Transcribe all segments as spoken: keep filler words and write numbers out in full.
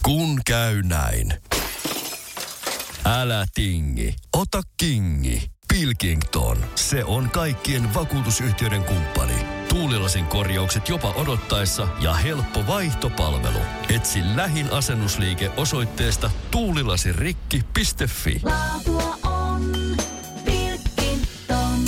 Kun käy näin. Älä tingi, ota kingi. Pilkington, se on kaikkien vakuutusyhtiöiden kumppani. Tuulilasin korjaukset jopa odottaessa ja helppo vaihtopalvelu. Etsi lähin asennusliike osoitteesta tuulilasirikki piste fi. Laatua on Pilkington.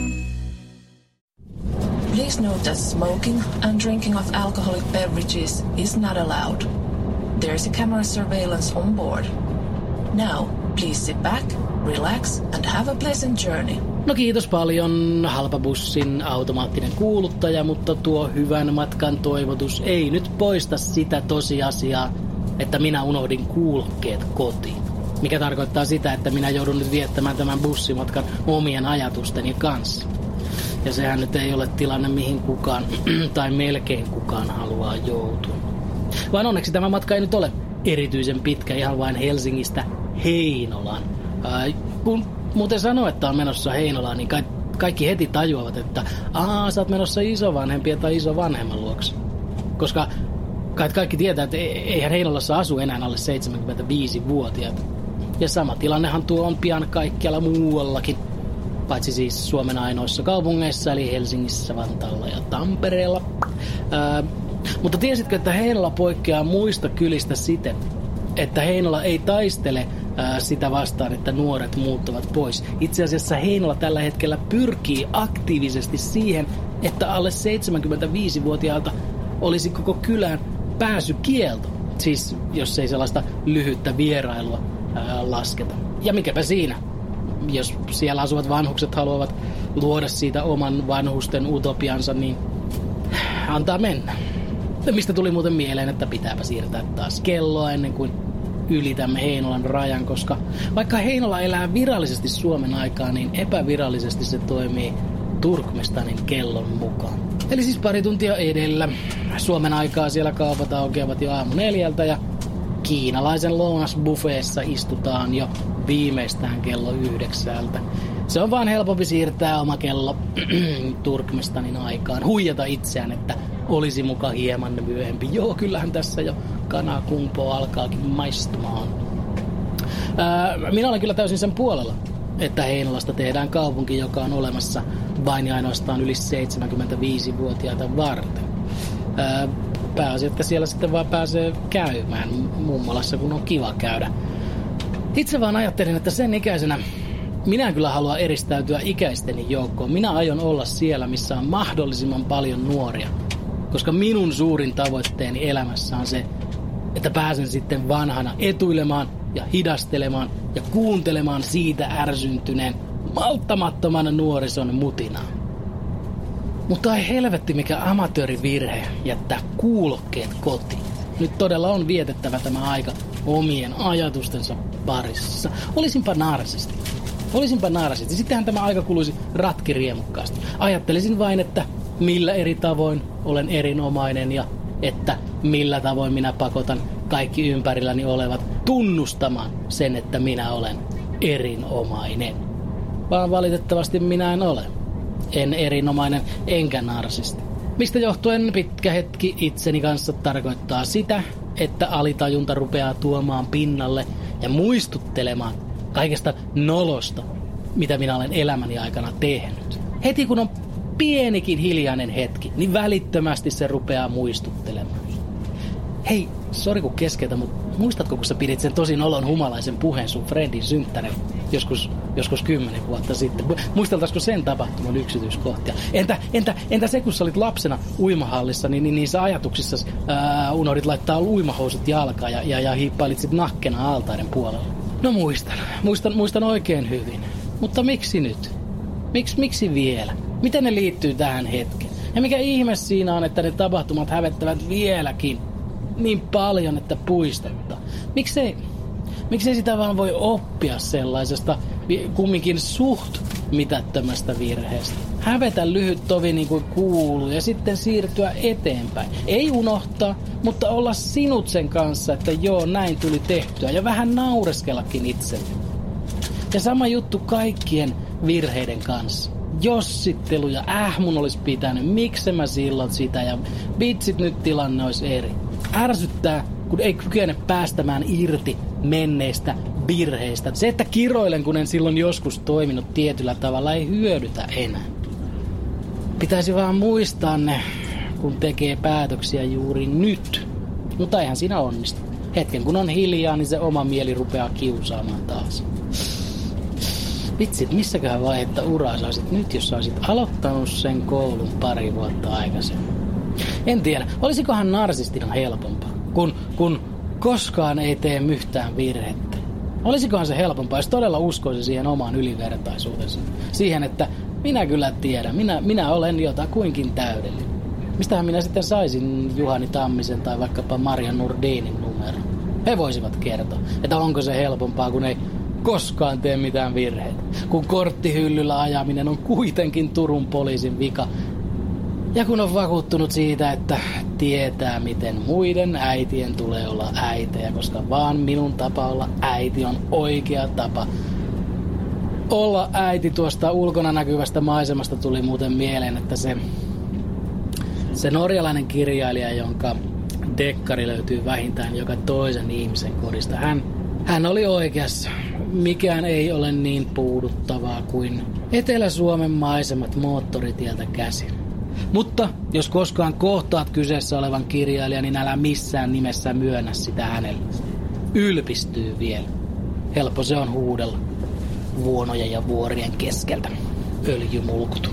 Please note that smoking and drinking of alcoholic beverages is not allowed. There is a camera surveillance on board. Now, please sit back, relax and have a pleasant journey. No kiitos paljon, halpabussin automaattinen kuuluttaja, mutta tuo hyvän matkan toivotus ei nyt poista sitä tosiasiaa, että minä unohdin kuulokkeet kotiin. Mikä tarkoittaa sitä, että minä joudun nyt viettämään tämän bussimatkan omien ajatusteni kanssa. Ja sehän nyt ei ole tilanne, mihin kukaan tai melkein kukaan haluaa joutua. Vaan onneksi tämä matka ei nyt ole erityisen pitkä, ihan vain Helsingistä Heinolaan. Äh, kun muuten sanoo, että on menossa Heinolaan, niin ka- kaikki heti tajuavat, että aah, sä oot menossa isovanhempien tai isovanhemman luokse. Koska kai kaikki tietää, että eihän Heinolassa asu enää alle seitsemänkymmentäviisivuotiaat. Ja sama tilannehan tuo on pian kaikkialla muuallakin. Paitsi siis Suomen ainoissa kaupungeissa, eli Helsingissä, Vantaalla ja Tampereella. Ää, mutta tiesitkö, että Heinola poikkeaa muista kylistä siten, että Heinola ei taistele ää, sitä vastaan, että nuoret muuttavat pois. Itse asiassa Heinola tällä hetkellä pyrkii aktiivisesti siihen, että alle seitsemänkymmentäviisivuotiaalta olisi koko kylään pääsykielto. Siis jos ei sellaista lyhyttä vierailua ää, lasketa. Ja mikäpä siinä, jos siellä asuvat vanhukset haluavat luoda siitä oman vanhusten utopiansa, niin antaa mennä. Mistä tuli muuten mieleen, että pitääpä siirtää taas kelloa ennen kuin ylitämme Heinolan rajan, koska vaikka Heinola elää virallisesti Suomen aikaa, niin epävirallisesti se toimii Turkmestanin kellon mukaan. Eli siis pari tuntia edellä. Suomen aikaa siellä kaupat aukeavat jo aamu neljältä ja kiinalaisen lounasbuffeessa istutaan jo viimeistään kello yhdeksältä. Se on vaan helpompi siirtää oma kello Turkmestanin aikaan. Huijata itseään, että olisi muka hieman myöhempi. Joo, kyllähän tässä jo kana kumpo alkaakin maistumaan. Ää, minä olen kyllä täysin sen puolella, että Heinolasta tehdään kaupunki, joka on olemassa vain ja ainoastaan yli seitsemänkymmentäviisivuotiaita varten. Ää, pääasia, että siellä sitten vaan pääsee käymään mummolassa, kun on kiva käydä. Itse vaan ajattelin, että sen ikäisenä minä kyllä haluan eristäytyä ikäisteni joukkoon. Minä aion olla siellä, missä on mahdollisimman paljon nuoria. Koska minun suurin tavoitteeni elämässä on se, että pääsen sitten vanhana etuilemaan ja hidastelemaan ja kuuntelemaan siitä ärsyntyneen malttamattoman nuorison mutinaa. Mutta ai helvetti, mikä amatöörivirhe jättää kuulokkeet kotiin. Nyt todella on vietettävä tämä aika omien ajatustensa parissa. Olisinpa narsisti. Olisinpa narsisti. Sittenhän tämä aika kuluisi ratkiriemukkaasti. Ajattelisin vain, että millä eri tavoin olen erinomainen ja että millä tavoin minä pakotan kaikki ympärilläni olevat tunnustamaan sen, että minä olen erinomainen. Vaan valitettavasti minä en ole. En erinomainen enkä narsisti. Mistä johtuen pitkä hetki itseni kanssa tarkoittaa sitä, että alitajunta rupeaa tuomaan pinnalle ja muistuttelemaan kaikesta nolosta, mitä minä olen elämäni aikana tehnyt. Heti kun on pienikin hiljainen hetki, niin välittömästi se rupeaa muistuttelemaan. Hei, sori kun keskeytän, mutta muistatko, kun sä pidit sen tosi nolon humalaisen puheen sun friendin synttären joskus, joskus kymmenen vuotta sitten? Muisteltaisiko sen tapahtuman yksityiskohtia? Entä, entä, entä se, kun sä olit lapsena uimahallissa, niin, niin niissä ajatuksissa ää, unohdit laittaa uimahousut jalkaan ja, ja, ja hiippailit sit nakkena altaiden puolella? No muistan, muistan, muistan oikein hyvin. Mutta miksi nyt? Miks, miksi vielä? Miten ne liittyy tähän hetkeen? Ja mikä ihme siinä on, että ne tapahtumat hävettävät vieläkin niin paljon, että puistattaa? Miksei, miksei sitä vaan voi oppia sellaisesta kumminkin suht mitättömästä virheestä? Hävetä lyhyt tovi niin kuin kuuluu ja sitten siirtyä eteenpäin. Ei unohtaa, mutta olla sinut sen kanssa, että joo, näin tuli tehtyä ja vähän naureskellakin itselle. Ja sama juttu kaikkien virheiden kanssa. Jossittelu ja äh mun olisi pitänyt, miksi mä silloin sitä ja vitsit nyt tilanne olisi eri. Ärsyttää, kun ei kykene päästämään irti menneistä virheistä. Se, että kiroilen, kun en silloin joskus toiminut tietyllä tavalla, ei hyödytä enää. Pitäisi vaan muistaa ne, kun tekee päätöksiä juuri nyt. Mutta eihän siinä onnistu. Hetken kun on hiljaa, niin se oma mieli rupeaa kiusaamaan taas. Vitsit, missäköhän vaihetta uraa saisit nyt, jos saisit aloittanut sen koulun pari vuotta aikaisemmin? En tiedä, olisikohan narsistina helpompaa, kun, kun koskaan ei tee yhtään virhettä. Olisikohan se helpompaa, jos todella uskoisi siihen omaan ylivertaisuutensa. Siihen, että minä kyllä tiedän, minä, minä olen jotakuinkin täydellinen. Mistähän minä sitten saisin Juhani Tammisen tai vaikkapa Marja Nordinin numero? He voisivat kertoa, että onko se helpompaa, kun ei koskaan tee mitään virheitä. Kun korttihyllyllä ajaminen on kuitenkin Turun poliisin vika. Ja kun on vakuuttunut siitä, että tietää, miten muiden äitien tulee olla äitejä, koska vaan minun tapa olla äiti on oikea tapa. Olla äiti tuosta ulkona näkyvästä maisemasta tuli muuten mieleen, että se, se norjalainen kirjailija, jonka dekkari löytyy vähintään joka toisen ihmisen kodista, hän, hän oli oikeassa. Mikään ei ole niin puuduttavaa kuin Etelä-Suomen maisemat moottoritieltä käsin. Mutta jos koskaan kohtaat kyseessä olevan kirjailijan, niin älä missään nimessä myönnä sitä hänelle. Ylpistyy vielä. Helppo se on huudella vuonojen ja vuorien keskeltä. Öljymulkut.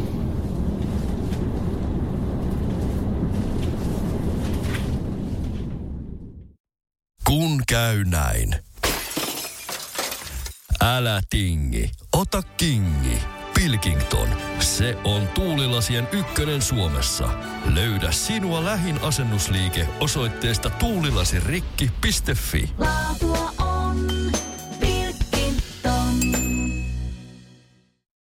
Kun käy näin. Älä tingi, ota kingi. Pilkington, se on tuulilasien ykkönen Suomessa. Löydä sinua lähin asennusliike osoitteesta tuulilasirikki piste fi. Laatu